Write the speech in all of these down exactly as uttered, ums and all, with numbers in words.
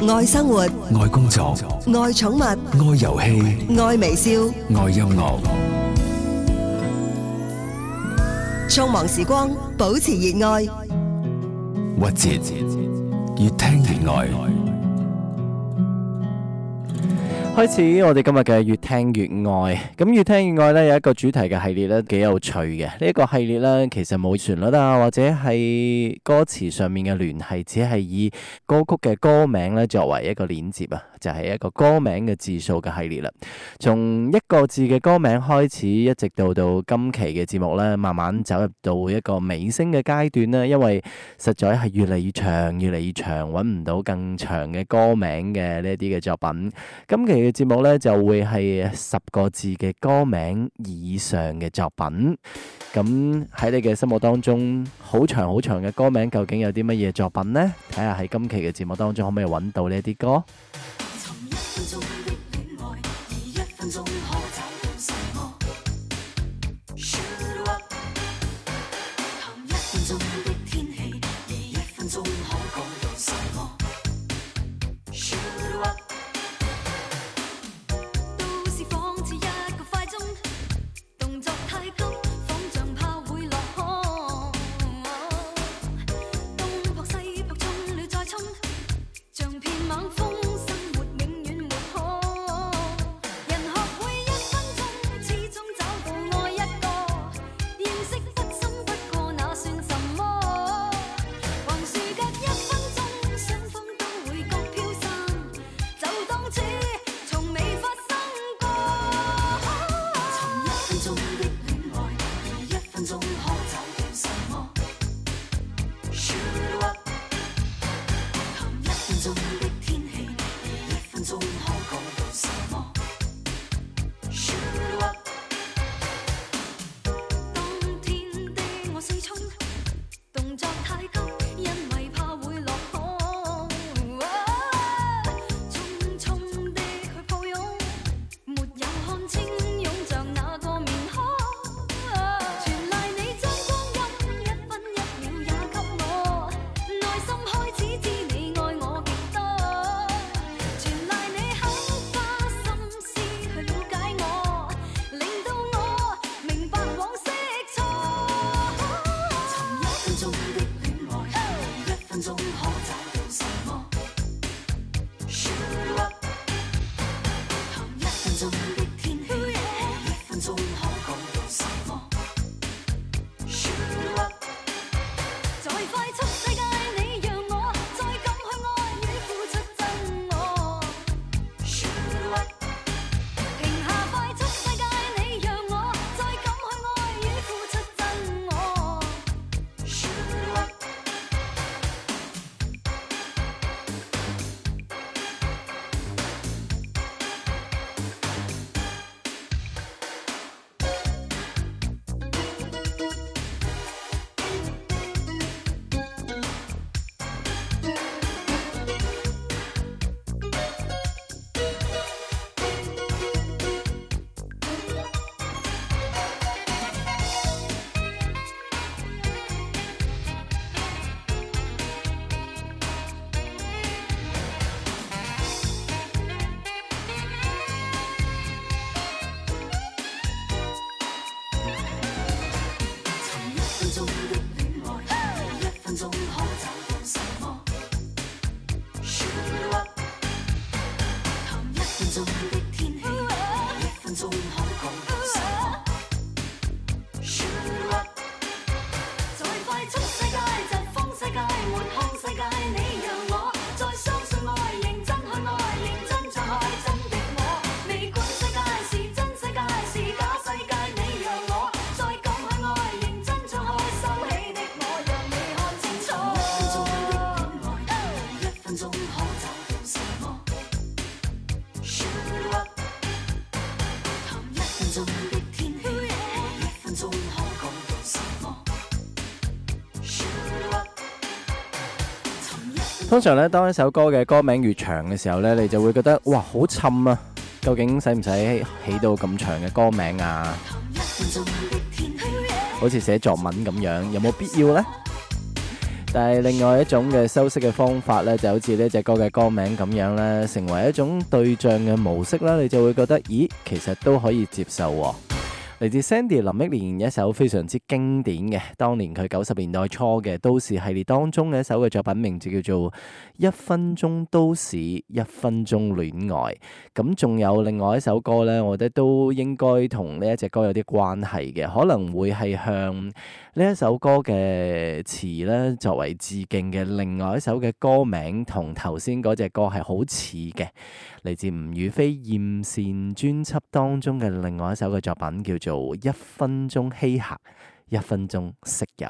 愛生活， 愛工作， 愛寵物， 愛遊戲， 愛微笑， 愛音樂。 匆忙時光，保持熱愛。 屈折，越聽越愛。 開始我哋今日嘅越聽越愛，咁越聽越愛呢，有一個主題嘅系列呢，幾有趣嘅。呢、這、一個系列呢，其實冇旋律啊，或者係歌詞上面嘅聯繫，只係以歌曲嘅歌名呢作為一個鏈接啊，就係、是、一個歌名嘅字數嘅系列啦。從一個字嘅歌名開始，一直到到今期嘅節目呢，慢慢走入到一個尾聲嘅階段啦。因為實在係越嚟越長，越嚟越長，揾唔到更長嘅歌名嘅呢啲嘅作品。今期嘅節目呢，就會係十個字嘅歌名以上嘅作品。咁喺你嘅心目當中，好長好長嘅歌名究竟有啲乜嘢作品呢？睇下喺今期嘅節目當中可唔可以揾到呢啲歌。通常咧，當一首歌嘅歌名越長嘅時候咧，你就會覺得哇好沉啊！究竟使唔使起到咁長嘅歌名啊？好似寫作文咁樣，有冇必要呢？ 但係另外一種嘅修飾嘅方法呢，就好似呢隻歌嘅歌名咁樣呢，成為一種對象嘅模式啦，你就會覺得，咦，其實都可以接受喎。嚟自 Sandy 林憶蓮一首非常之經典嘅，當年佢九十年代初嘅都市系列當中嘅一首嘅作品，名字叫做《一分鐘都市一分鐘戀愛》。咁仲有另外一首歌呢，我覺得都應該同呢一隻歌有啲關係嘅，可能會係向呢一首歌嘅詞呢作為致敬嘅。另外一首嘅歌名同頭先嗰隻歌係好似嘅，嚟自吳雨霏艷羨專輯當中嘅另外一首嘅作品，叫做《一分鐘稀客，一分鐘色友》。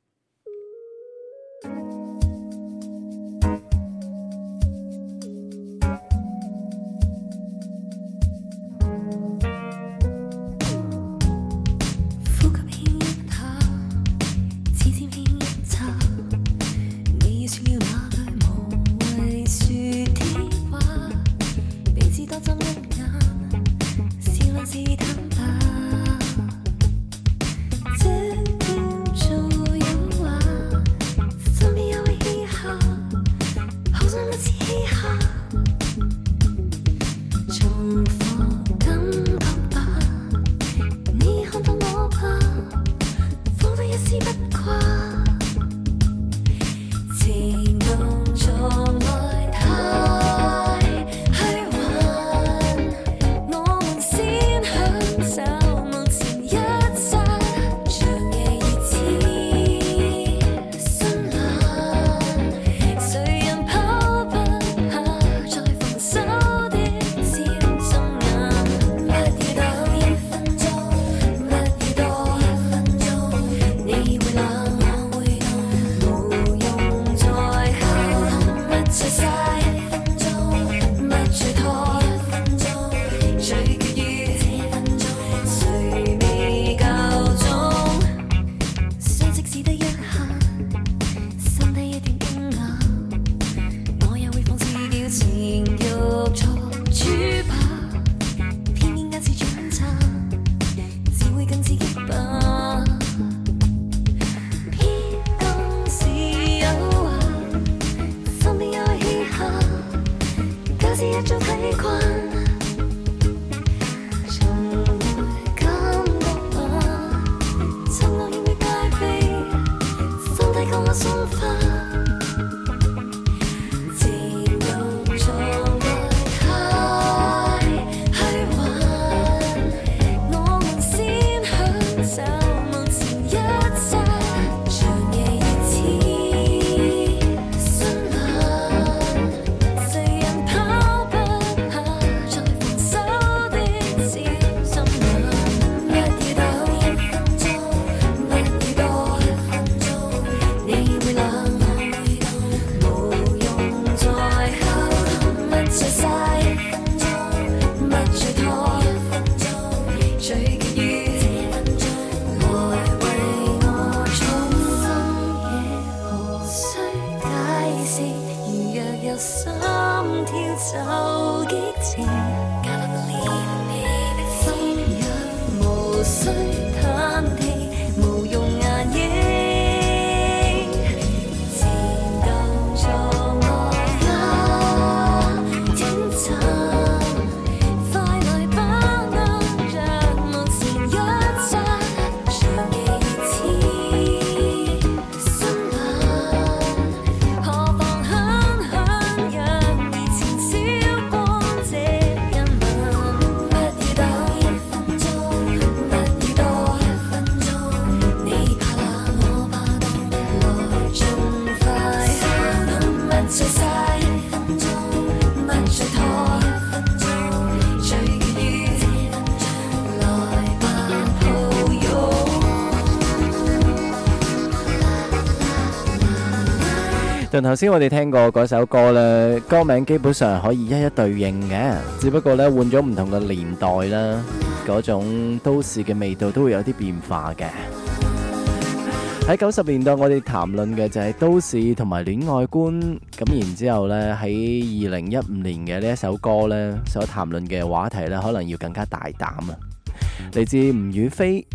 同頭先我哋聽過嗰首歌咧，歌名基本上可以一一對應嘅，只不過咧換咗唔同嘅年代啦，嗰種都市嘅味道都會有啲變化嘅。喺九十年代我哋談論嘅就係都市同埋戀愛觀，咁然之後咧喺二零一五年嘅呢一首歌咧所談論嘅話題咧，可能要更加大膽啊！嚟自吳雨霏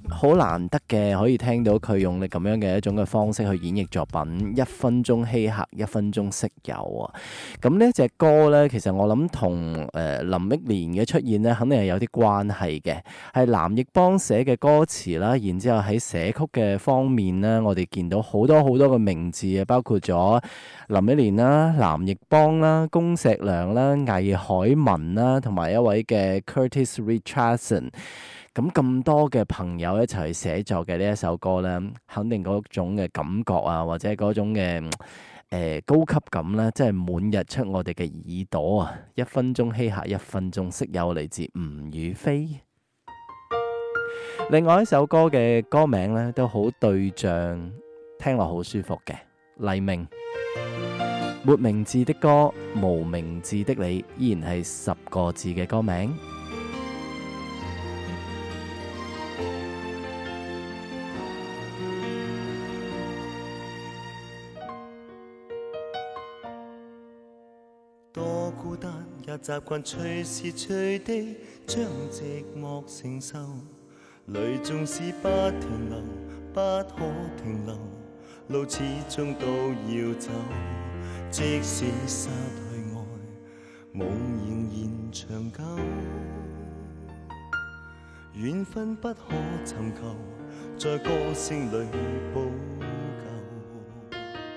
好難得嘅，可以聽到佢用你咁樣嘅一種嘅方式去演繹作品。一分鐘稀客，一分鐘識友啊！咁呢隻歌呢，其實我諗同誒林憶蓮嘅出現呢，肯定係有啲關係嘅。係藍奕邦寫嘅歌詞啦，然之後喺寫曲嘅方面呢，我哋見到好多好多嘅名字啊，包括咗林憶蓮啦、藍奕邦啦、恭碩良啦、魏海文啦，同埋一位嘅 Curtis Richardson。咁咁多嘅朋友一齊去寫作嘅呢一首歌呢，肯定嗰種嘅感覺啊，或者嗰種嘅誒、呃、高級感呢，真係滿日出我哋嘅耳朵啊！一分鐘稀客，一分鐘識友，嚟自吳雨霏。另外一首歌嘅歌名呢，都好對仗，聽落好舒服嘅。黎明，沒名字的歌，無名字的你，依然係十個字嘅歌名。 多孤單，也習慣隨時隨地將寂寞承受。淚縱使不停留，不可停留，路始終都要走。即使失去愛，夢仍然長久。緣分不可尋求，在歌聲裏補救。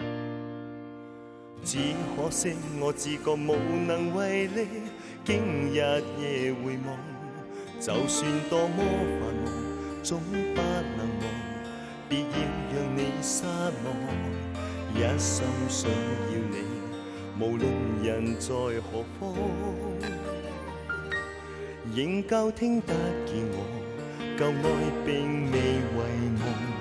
只可惜我自覺無能為力，經日夜回望，就算多麼繁忙，總不能忘。別要讓你失望，一心想要你，無論人在何方，仍舊聽得見我，舊愛並未遺忘。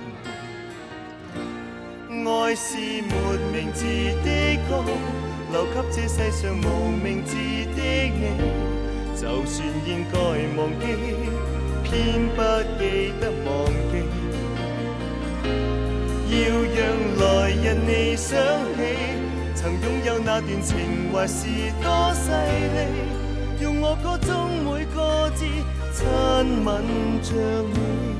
愛是沒名字的歌，留給這世上無名字的你。就算應該忘記，偏不記得忘記。要讓來日你想起，曾擁有那段情懷是多犀利。用我歌中每個字親吻着你。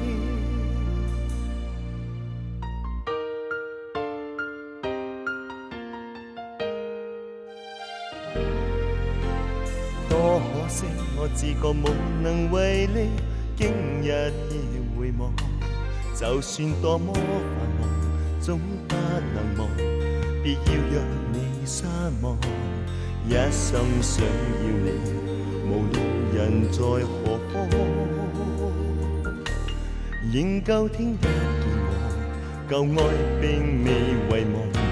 多可惜，我自覺無能為力，經日夜回望，就算多麼繁忙，總不能忘。別要讓你失望，一心想要你，無論人在何方，仍舊聽得見我，舊愛並未遺忘。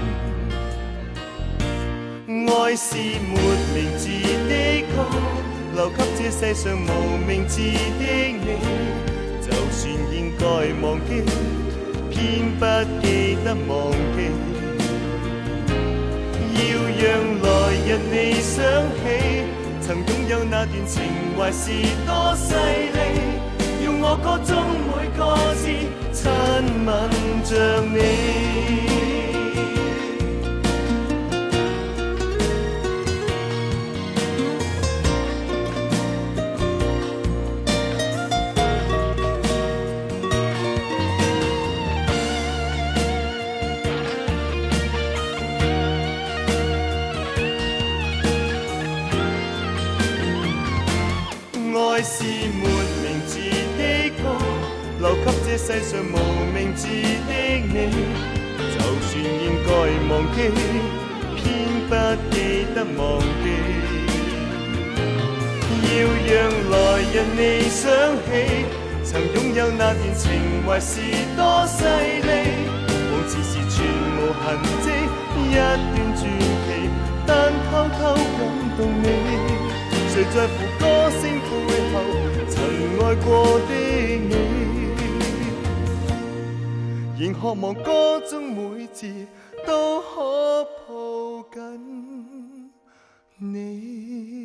愛是沒名字的歌，留給這世上無名字的你。就算應該忘記，偏不記得忘記。要讓來日你想起，曾擁有那段情懷是多犀利。用我歌中每個字親吻着你。愛是沒名字的歌，留給這世上無名字的你。就算應該忘記，偏不記得忘記。要讓來日你想起，曾擁有那段情懷是多犀利。夢似是全無痕跡，一段傳奇，但偷偷感動你。誰在乎歌聲背後曾愛過的你，仍渴望歌中每字都可抱緊你。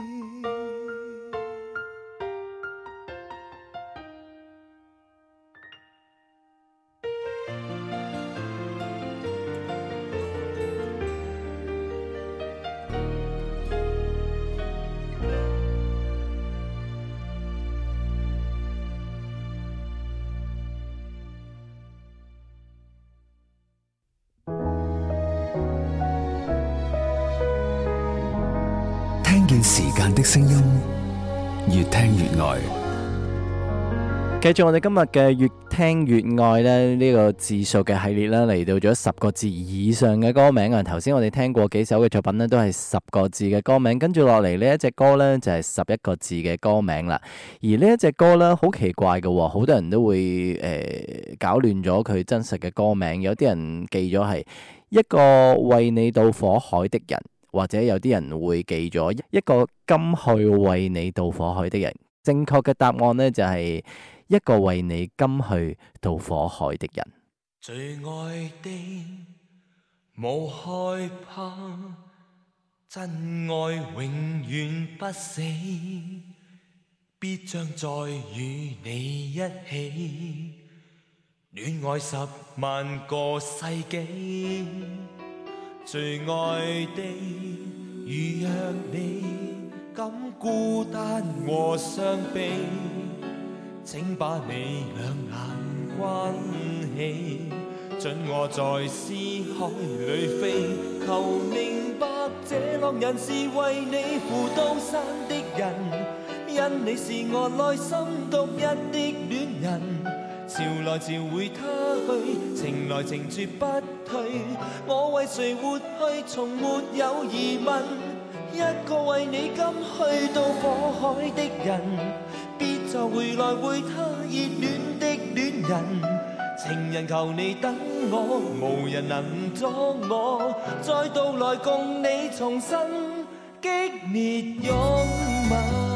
聽見時間的聲音，越聽越愛。 繼續我哋今日嘅越聽越愛咧，呢個字數嘅系列啦，嚟到咗十個字以上嘅歌名啊。頭先我哋聽過幾首嘅作品呢，都係十個字嘅歌名，跟住落嚟呢一隻歌呢，就係十一個字嘅歌名啦。而呢一隻歌呢，好奇怪嘅，好多人都會誒、呃、搞亂咗佢真實嘅歌名，有啲人記咗係一個為你到火海的人，或者有啲人會記咗一個甘去為你到火海的人。正確嘅答案呢，就係、是一個為你甘去到火海的人。 最愛的無害怕，真愛永遠不死，必將再與你一起，戀愛十萬個世紀。最愛的如若你感孤單和傷悲，請把你兩眼關起，准我在思海裏飛。求明白，這浪人是為你赴刀山的人，因你是我內心獨一的戀人。潮來潮會他去，情來情絕不退。我為誰活去，從沒有疑問。一個為你甘去到火海的人，必再回來會他熱戀的戀人。情人求你等我，無人能阻我，再到來共你重新激烈擁吻。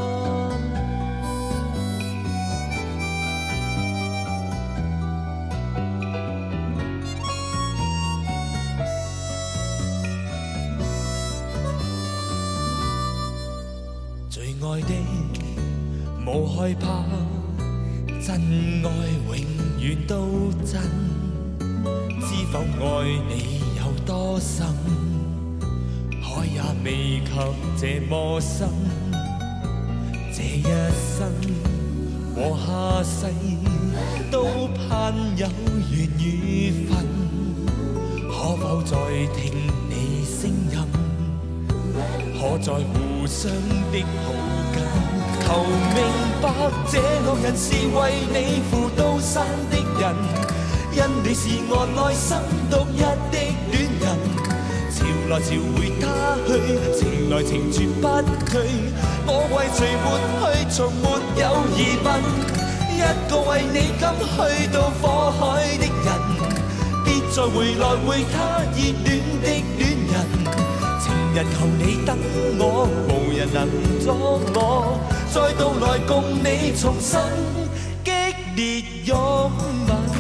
最愛的無害怕，真愛永遠都真。知否愛你有多深，海也未及這麼深。這一生和下世都盼有緣與分，可否再聽你聲音，可再互相的抱緊。求明白，這個人是為你赴刀山的人，因你是我內心獨一的戀人。潮來潮會他去，情來情絕不退。我為誰活去，從沒有疑問。一個為你甘去到火海的人，必再回來會他熱戀的戀人。情人求你等我，無人能阻我，再到來共你重新激烈擁吻。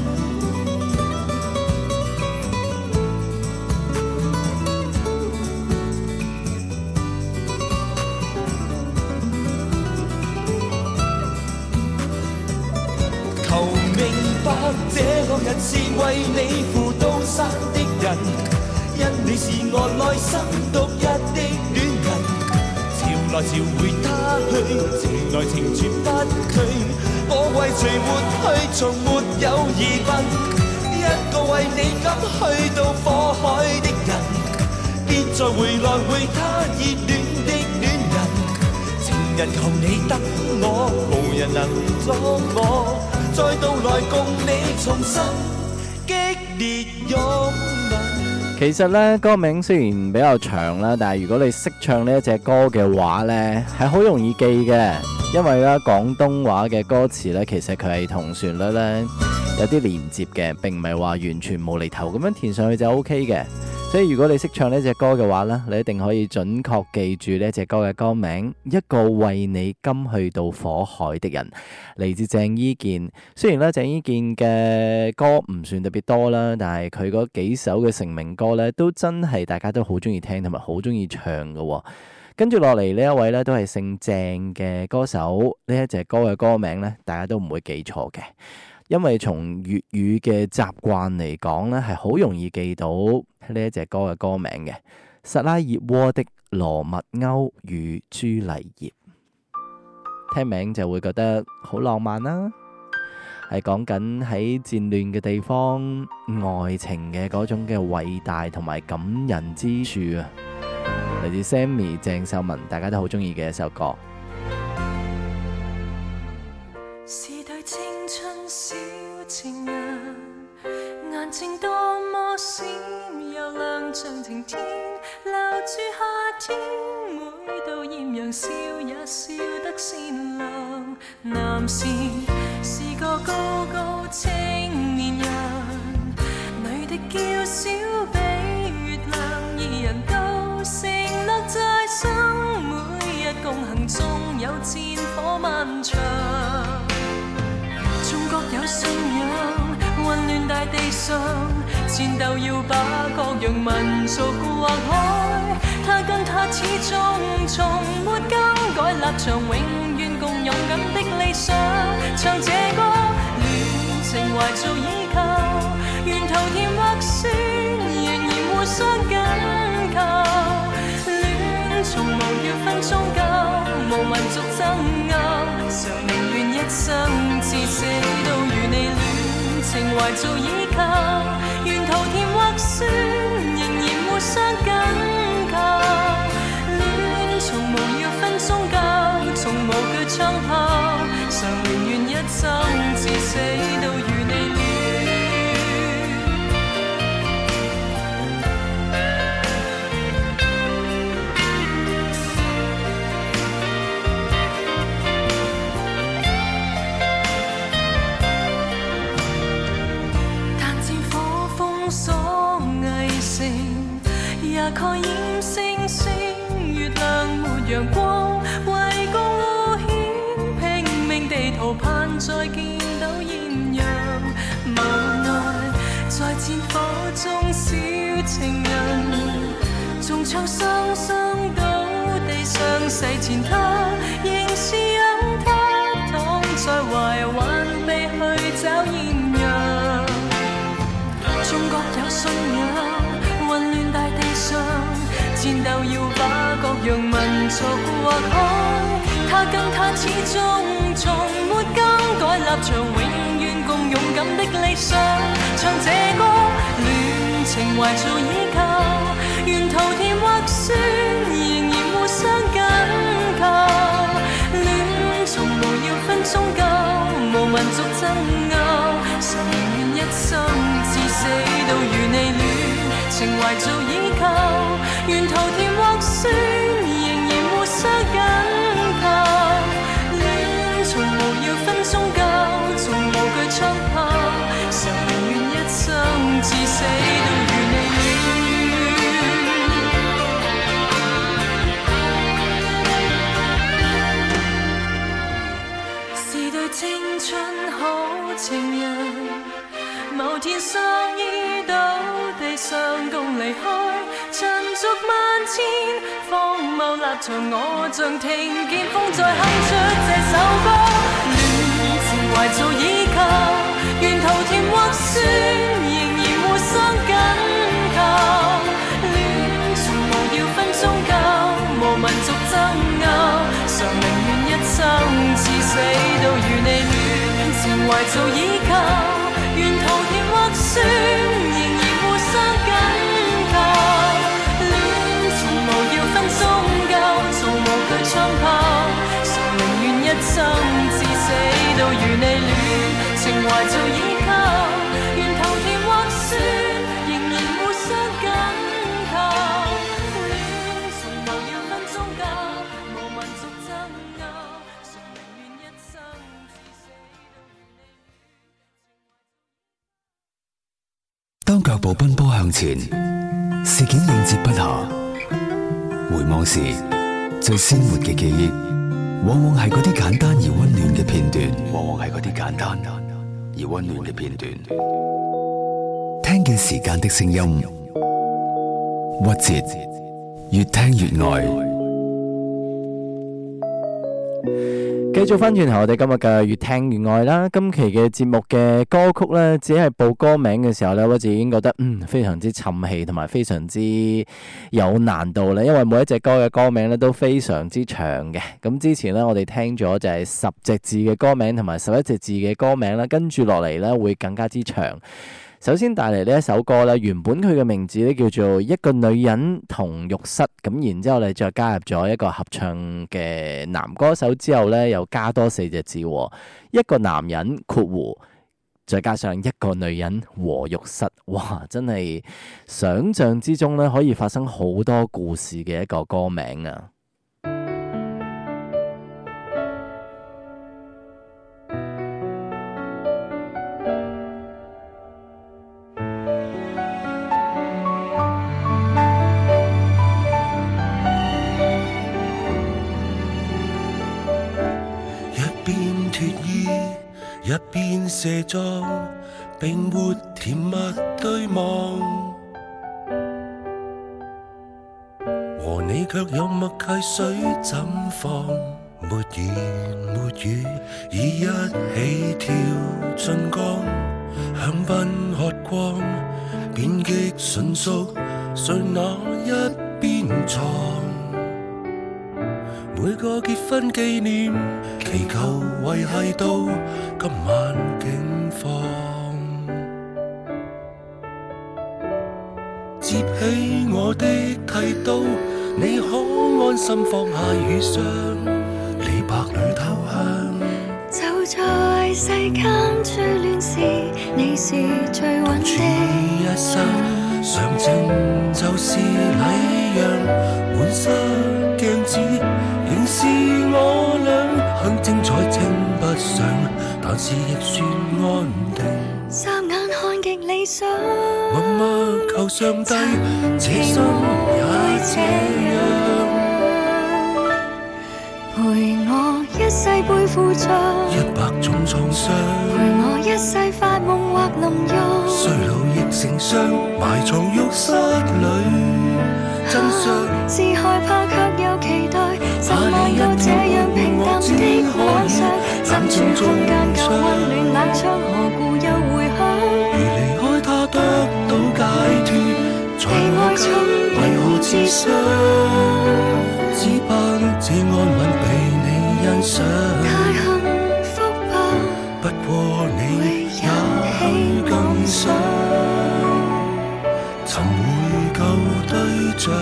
求明白，這個人是為你赴刀山的人，因你是我內心獨一的戀人。潮來潮會他去，情來情絕不退。我為誰活去，從沒有疑問。一個為你甘去到火海的人，必再回來會他熱戀的戀人。情人求你等我，無人能阻我，再到來共你重新激烈擁吻。 其實咧，歌名雖然比較長啦，但係如果你識唱呢一隻歌嘅話呢，係好容易記嘅。因為咧，廣東話嘅歌詞呢，其實佢係同旋律呢有啲連接嘅，並唔係話完全無厘頭咁樣填上去就 O K 嘅。所以如果你識唱呢隻歌嘅話呢，你一定可以準確記住呢隻歌嘅歌名，一個為你甘去到火海的人，嚟自鄭伊健。雖然咧鄭伊健嘅歌唔算特別多啦，但係佢嗰幾首嘅成名歌呢，都真係大家都好中意聽同埋好中意唱嘅。跟住落嚟呢一位呢，都係姓鄭嘅歌手，呢一隻歌嘅歌名呢，大家都唔會記錯嘅。因為從粵語嘅習慣嚟講呢，係好容易記到呢一隻歌嘅歌名嘅。薩拉熱窩的羅密歐與朱麗葉，聽名就會覺得好浪漫啦，係講緊喺戰亂嘅地方愛情嘅嗰種嘅偉大同埋感人之處啊！ 嚟自 Sammy 鄭秀文，大家都好中意嘅一首歌。 是對青春小情人，眼睛多麼閃又亮，像晴天留住夏天，每到豔陽笑也笑得善良。男士是個高高青年人，女的嬌小比月亮，二人都承諾在生每日共行，縱有戰火漫長。中國有信仰，混亂大地上，戰鬥要把各樣民族劃開。他跟他始終從沒更改立場，永遠共勇敢的理想。唱這歌，戀情懷做依靠，沿途甜或酸，仍然互相緊扣。戀從無要分宗教，無民族爭拗，常寧願一生至死都與你戀情懷做依靠，沿途甜或酸，仍然互相緊扣。戀從無要分宗教，從無懼槍炮，常寧願一生至死都與你戀。蓋掩星星月亮沒陽光，為共互獻拼命地圖盼再見到豔陽。無奈在戰火中小情人，縱唱雙雙到地上逝前，他仍是讓他躺在懷挽臂去找豔陽。中國有信仰，混亂大地上，戰鬥要把各樣民族劃開。他跟他始終從沒更改立場，永遠共勇敢的理想。唱這歌，戀情懷做依靠，沿途甜或酸，仍然互相緊扣。戀從無要分宗教，無民族爭拗，常寧願一生至死都與你戀。情懷做依靠，沿途甜或酸，仍然互相緊扣。戀從無要分宗教，從無懼槍炮，常寧願一生至死都與你戀。是對青春好情人，某天相依到地上共離開，塵俗萬千，荒謬立場，我像聽見風在哼出這首歌。戀情懷做依靠，沿途甜或酸，仍然互相緊扣。戀從無要分宗教，無民族爭拗，常寧願一生至死都與你戀。情懷做依靠，沿途甜或酸，仍然互相緊扣。戀從無要分宗教，從無懼槍炮，常寧願一生至死都與你戀。情懷做依靠，沿途甜或酸，仍然互相緊扣。戀從無要分宗教，無民族爭拗，常寧願一生至死都與你戀。 當腳步奔波向前，事件應接不暇。回望時，最鮮活嘅記憶，往往係嗰啲簡單而溫暖嘅片段，往往係嗰啲簡單而溫暖嘅片段。聽見時間的聲音，曲折，越聽越愛。 繼續翻轉頭，我哋今日嘅越聽越愛啦。今期嘅節目嘅歌曲呢，只係報歌名嘅時候呢，我自己已經覺得嗯非常之沉氣，同埋非常之有難度啦。因為每一隻歌嘅歌名呢都非常之長嘅。咁之前呢，我哋聽咗就係十隻字嘅歌名同埋十一隻字嘅歌名啦，跟住落嚟呢會更加之長。 首先帶嚟呢一首歌咧，原本佢嘅名字咧叫做《一個女人同浴室》，咁然之後你再加入咗一個合唱嘅男歌手之後咧，又加多四隻字，一個男人括弧，再加上一個女人和浴室，哇！真係想像之中咧可以發生好多故事嘅一個歌名啊！ 一邊卸妝，並沒甜蜜對望，和你卻有默契水怎放，沒言沒語，已一起跳進江，香檳喝光，變極純熟，誰那一邊藏？每個結婚紀念，祈求維繫到今晚境況。接起我的剃刀，你可安心放下雨霜，李白裏偷香。 就在世間最亂時，你是最穩的一生，常情就是禮讓，滿室鏡子。仍是我倆，很精彩稱不上，但是亦算安定。 霎眼看極理想， 默默求上帝，這心也這樣。 陪我一世背負着一百種創傷， 陪我一世發夢或淋浴， 衰老亦成傷，埋藏浴室裏真相。 是害怕卻有期待。十萬個這樣平淡的晚上，深處空間夠溫暖，冷窗何故又回響？ 如離開他得到解脫，在我中為何自傷？只盼這安穩被你欣賞。 太幸福吧， 不過你也許更想尋回舊對象。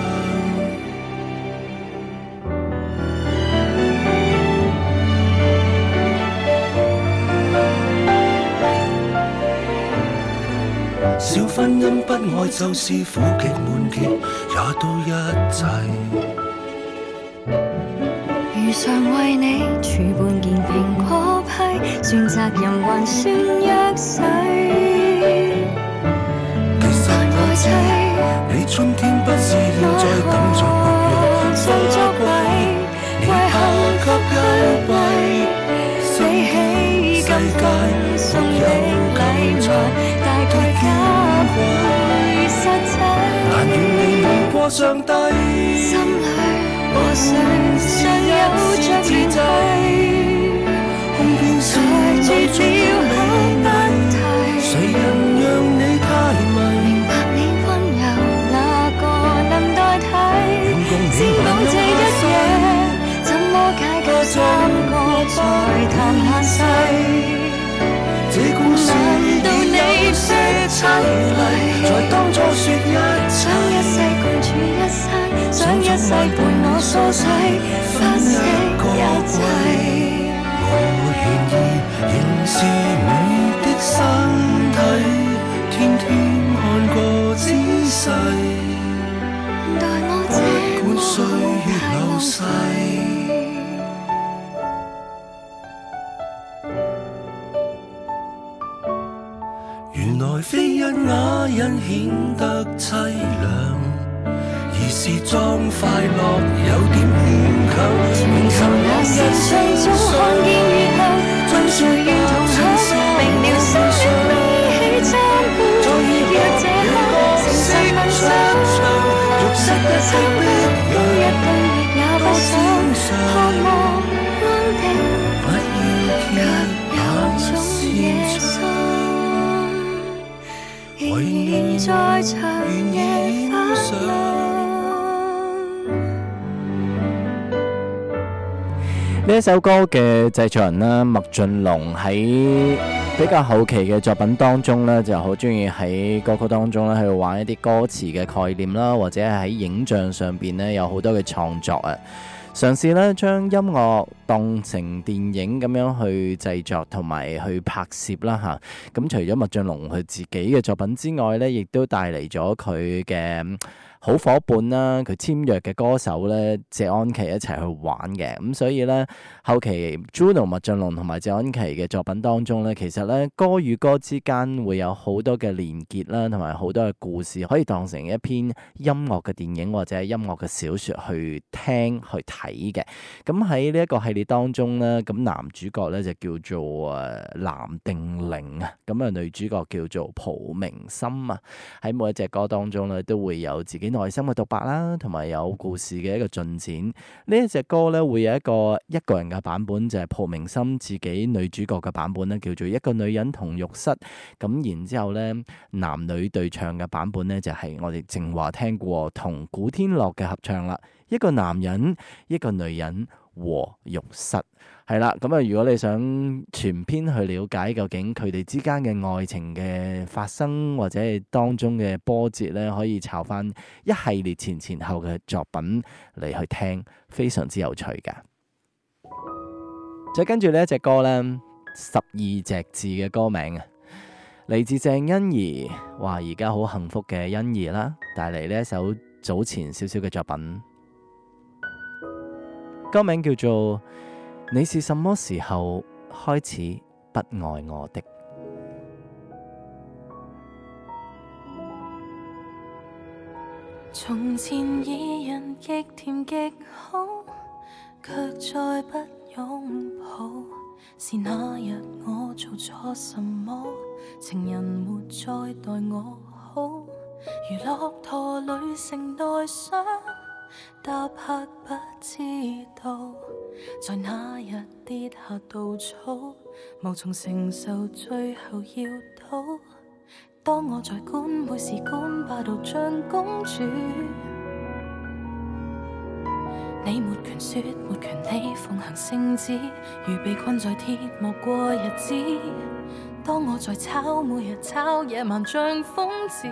小婚姻不愛就是苦極悶結，也都一齊。 如常為你儲半件蘋果批，算責任還算弱勢。 其實愛妻，你春天不是要再等着沐浴花季，為幸卻幽閉，死起世界送的禮物。大概價貴實際，但願你能過上帝， 心裏和誰尚有着聯繫， 空邊是在最美麗，誰人讓你太迷？ 明白你溫柔，哪個能代替？先講這一夜，怎麼解救三個在談下世？ 這故事難道你說凄厲？在當初說一想一世共處一生，想一世陪我梳洗，分析一切。 我願意仍是你的身體，天天看過仔細， 待我這不管歲月流逝。原來非因啞忍顯得凄涼，而是裝快樂有點牽強。 明頭那時誰總看見月亮，問誰願同享，明了心的悲喜爭伴。若這刻誠實問心，浴室的漆黑，有一個月也不想，渴望安定，卻有種野心。仍然在長夜發亮。 呢一首歌嘅製作人啦，麥浚龍喺比較後期嘅作品當中咧，就好中意喺歌曲當中咧去玩一啲歌詞嘅概念啦，或者係喺影像上邊咧有好多嘅創作啊，嘗試咧將音樂當成電影咁樣去製作同埋去拍攝啦嚇。咁除咗麥浚龍佢自己嘅作品之外咧，亦都帶嚟咗佢嘅好夥伴啦，佢簽約嘅歌手咧，謝安琪一齊去玩嘅。咁所以咧，後期 Juno 麥浚龍同埋謝安琪嘅作品當中咧，其實咧歌與歌之間會有好多嘅連結啦，同埋好多嘅故事，可以當成一篇音樂嘅電影或者係音樂嘅小說去聽去睇嘅。咁喺呢一個系列當中咧，咁男主角咧就叫做誒藍定玲啊，咁啊女主角叫做蒲明心啊。喺每一隻歌當中咧，都會有自己內心嘅獨白啦，同埋有故事嘅一個進展。呢一隻歌咧會有一個一個人嘅版本，就係蒲明心自己女主角嘅版本咧，叫做一個女人同浴室。咁然之後咧，男女對唱嘅版本咧就係我哋正話聽過同古天樂嘅合唱啦。一個男人，一個女人和浴室，係啦。咁啊，如果你想全篇去了解究竟佢哋之間嘅愛情嘅發生，或者係當中嘅波折咧，可以抄翻一系列前前後嘅作品嚟去聽，非常之有趣㗎。再跟住呢一隻歌咧，十二隻字嘅歌名啊，嚟自鄭欣宜，話而家好幸福嘅欣宜啦，帶嚟呢一首早前少少嘅作品。歌名叫做你是什麼時候開始不愛我的。 從前二人極甜極好，卻再不擁抱，是那日我做錯什麼，情人沒再待我好，如駱駝裏乘待雙搭客不知道，在那日跌下稻草，無從承受，最後要逃。當我在管每事管霸道像公主，你沒權說沒權利奉行聖旨，如被困在鐵幕過日子。當我在炒每日炒野蠻像瘋子，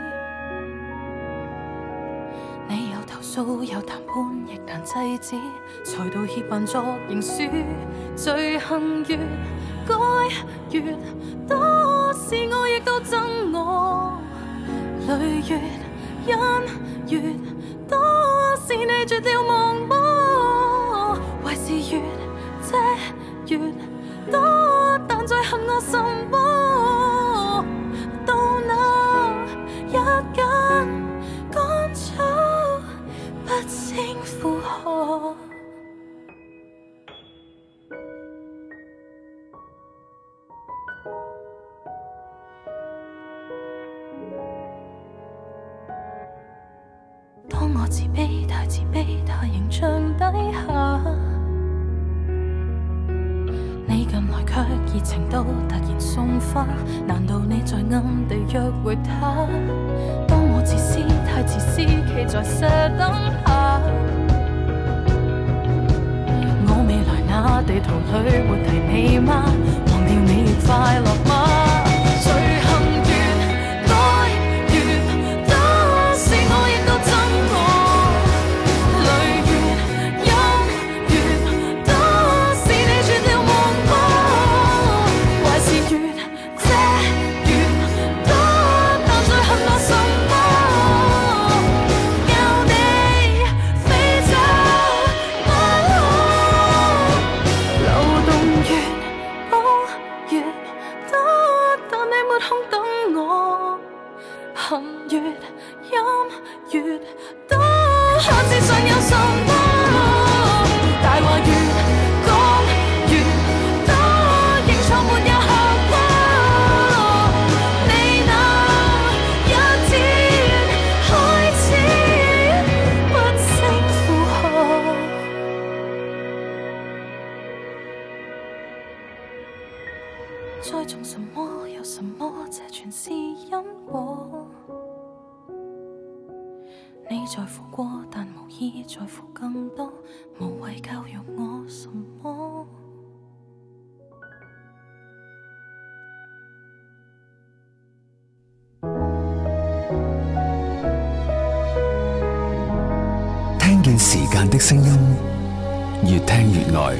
你有投訴有談判亦難制止，才道歉扮作認輸，罪行越改越多，是我亦都憎我，淚越忍越多，是你絕了忘我，壞事越借越多，但再恨我什麼？到那一間乾草不勝負荷。當我自卑太自卑太形象低下，你近來卻熱情到突然送花，難道你在暗地約會他？當我自私太自私企在射燈下，我未來那地圖裏沒提你嗎？忘掉你亦快樂嗎？罪行越改越多，是我亦都憎我，淚越飲越多，是你絕了忘我，壞事越借越多，但再恨我什麼？教你飛走不可，流動越補越多，但你沒空等我，恨越飲越多，看世上有什麼？大話越講越多，認錯沒有效果，你那一天開始不勝負荷。栽種什麼有什麼，這全是因果。你在乎過，但無意在乎更多，無謂教育我什麼。 間的聲音，越聽越愛。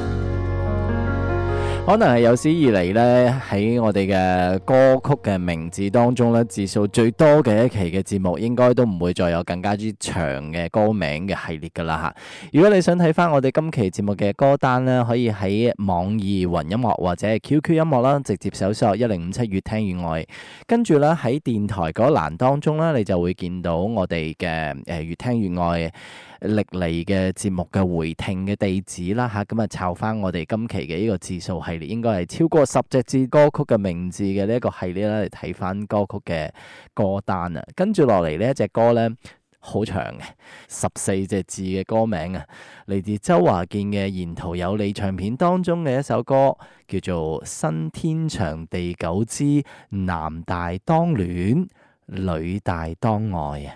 可能係有史以嚟呢，喺我哋嘅歌曲嘅名字當中呢，字數最多嘅一期嘅節目，應該都唔會再有更加之長嘅歌名嘅系列噶啦吓。如果你想睇翻我哋今期節目嘅歌單呢，可以喺網易雲音樂或者係 Q Q 音樂啦，直接搜索一零五七越聽越愛，跟住呢，喺電台嗰欄當中呢，你就會見到我哋嘅誒越聽越愛歷嚟嘅節目嘅回聽嘅地址啦吓，咁啊抄翻我哋今期嘅呢個字數系列，應該係超過十隻字歌曲嘅名字嘅呢一個系列啦，嚟睇翻歌曲嘅歌單啊。跟住落嚟呢一隻歌呢，好長嘅，十四隻字嘅歌名啊，嚟自周華健嘅《沿途有你》唱片當中嘅一首歌，叫做《新天長地久之男大當戀，女大當愛》啊。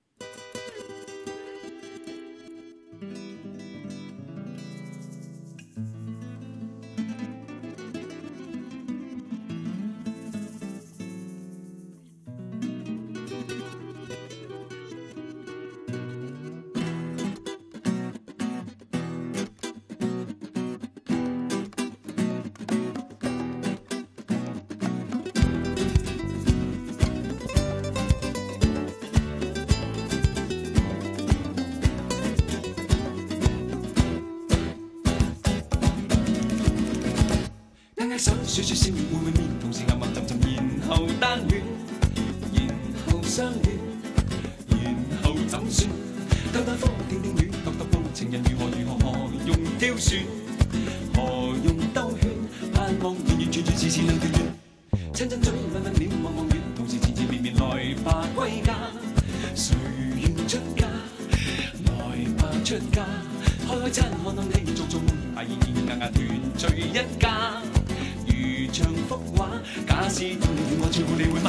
手說說笑面會會面，同時暗暗沉沉，然後單戀，然後相戀，然後怎算？兜兜風定定戀，獨獨共情人如何如何何用挑選？何用兜圈？盼望完完全全事事能團圓。親親嘴吻吻臉望望遠，同時纏纏綿綿來吧歸家。誰願出家？來吧出家。開開親看看戲做做夢，牙牙牙牙團聚一家。如像幅畫，假使要你與我照顧，你會嗎？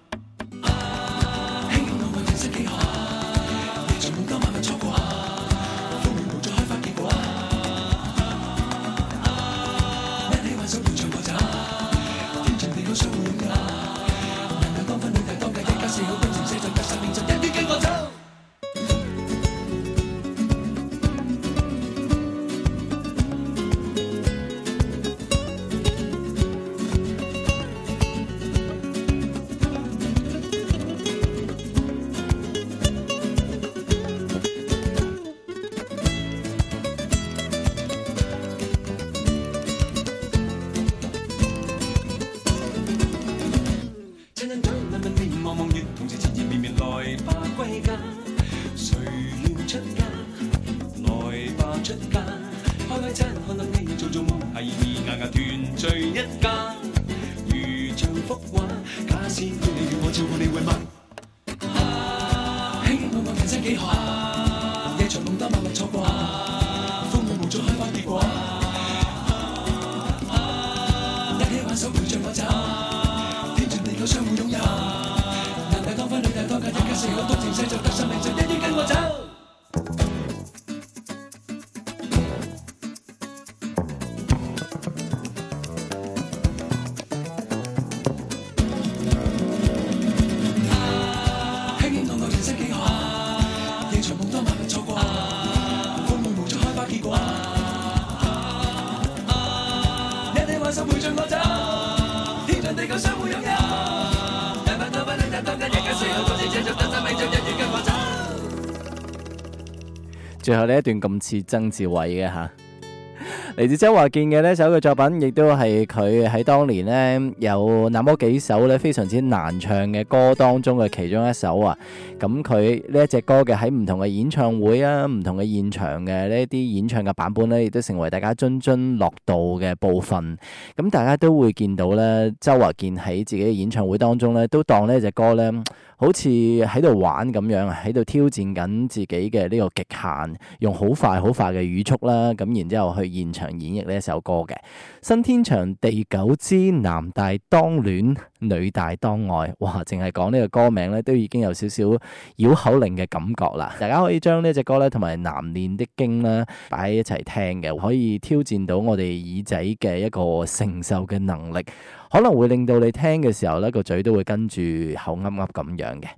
輕輕愛愛人生幾何？夜長夢多萬物錯過，風雨無阻開花結果。一起挽手伴唱我走，天長地久相互擁有。男大當婚，女大當嫁，一家四口功成寫在腳上，命就一於跟我走。 最後呢一段咁似曾志偉嘅吓，嚟自周華健嘅呢首嘅作品，亦都係佢喺當年呢有那麼幾首呢非常之難唱嘅歌當中嘅其中一首啊。咁佢呢一隻歌嘅喺唔同嘅演唱會啊、唔同嘅現場嘅呢啲演唱嘅版本呢，亦都成為大家津津樂道嘅部分。咁大家都會見到呢，周華健喺自己嘅演唱會當中呢，都當呢隻歌呢好似喺度玩咁樣，喺度挑戰緊自己嘅呢個極限，用好快好快嘅語速啦，咁然之後去現場演繹呢一首歌嘅《新天長地久之男大當戀，女大當愛》。哇，淨係講呢個歌名咧，都已經有少少繞口令嘅感覺啦。大家可以將呢隻歌咧同埋《難念的經》啦擺喺一齊聽嘅，可以挑戰到我哋耳仔嘅一個承受嘅能力，可能會令到你聽嘅時候咧個嘴都會跟住口噏噏咁樣嘅。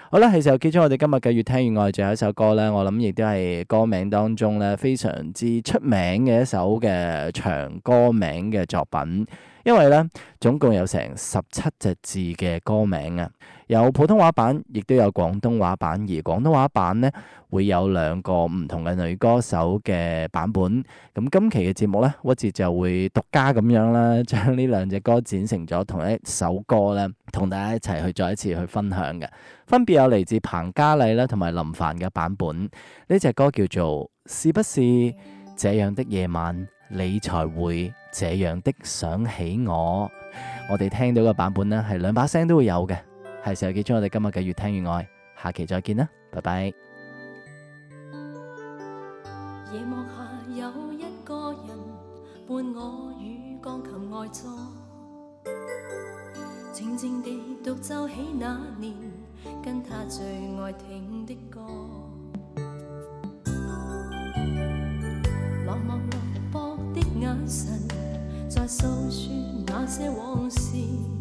好啦，係時候結束我哋今日嘅越聽越愛，最後一首歌咧，我諗亦都係歌名當中咧非常之出名嘅一首嘅長歌名嘅作品，因為咧總共有成十七隻字嘅歌名啊，有普通話版，亦都有廣東話版，而廣東話版咧會有兩個唔同嘅女歌手嘅版本。咁今期嘅節目咧，屈哲就會獨家咁樣啦，將呢兩隻歌剪成咗同一首歌咧，同大家一齊去再一次去分享嘅。分別有嚟自彭嘉麗啦同埋林凡嘅版本。呢隻歌叫做是不是這樣的夜晚你才會這樣的想起我。我哋聽到嘅版本呢係兩把聲都會有嘅。係時候結束我哋今日嘅越聽越愛，下期再見啦，拜拜。 夜幕下有一個人伴我與鋼琴愛坐，靜靜地獨奏起那年跟他最愛聽的歌，茫茫落寞的眼神在訴說那些往事，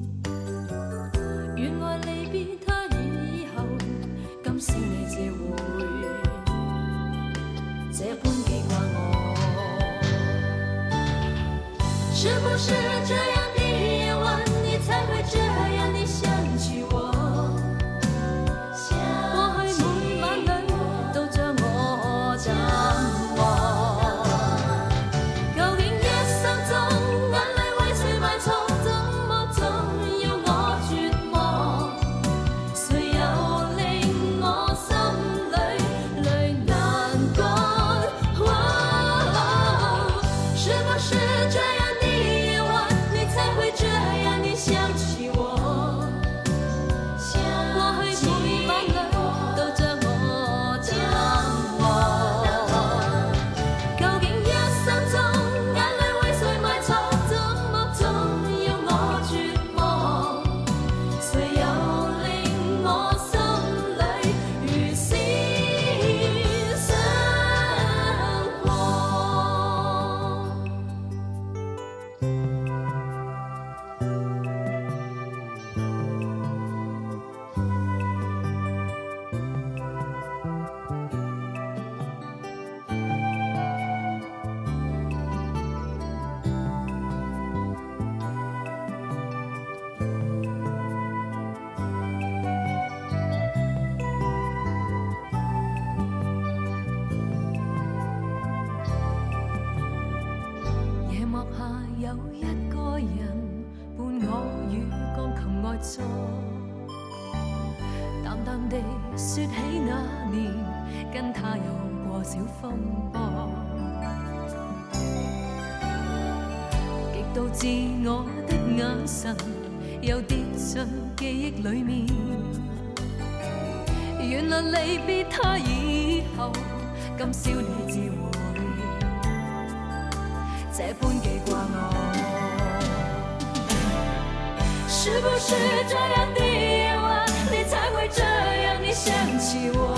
原來離別他以後，今宵你自會這般記掛我。是不是這樣的夜晚你才會這樣地想起我？過去每晚裏都將我怎麼？究竟一生中眼淚為誰埋藏？怎麼總要我絕望？誰又令我心裏淚難乾？是不是這樣的夜晚你才會這樣地想起我？過去每晚裏都將我怎麼？究竟一生中眼淚為誰埋藏？怎麼總要我絕望？誰又令我心裏如斯傷過？夜幕下有一個人伴我與鋼琴愛坐，淡淡地說起那年跟他有過小風波，極度自我的眼神又跌進記憶裡面，原來離別他以後，今宵你自會這般記掛我。是不是這樣的夜晚你才會這樣地想起我？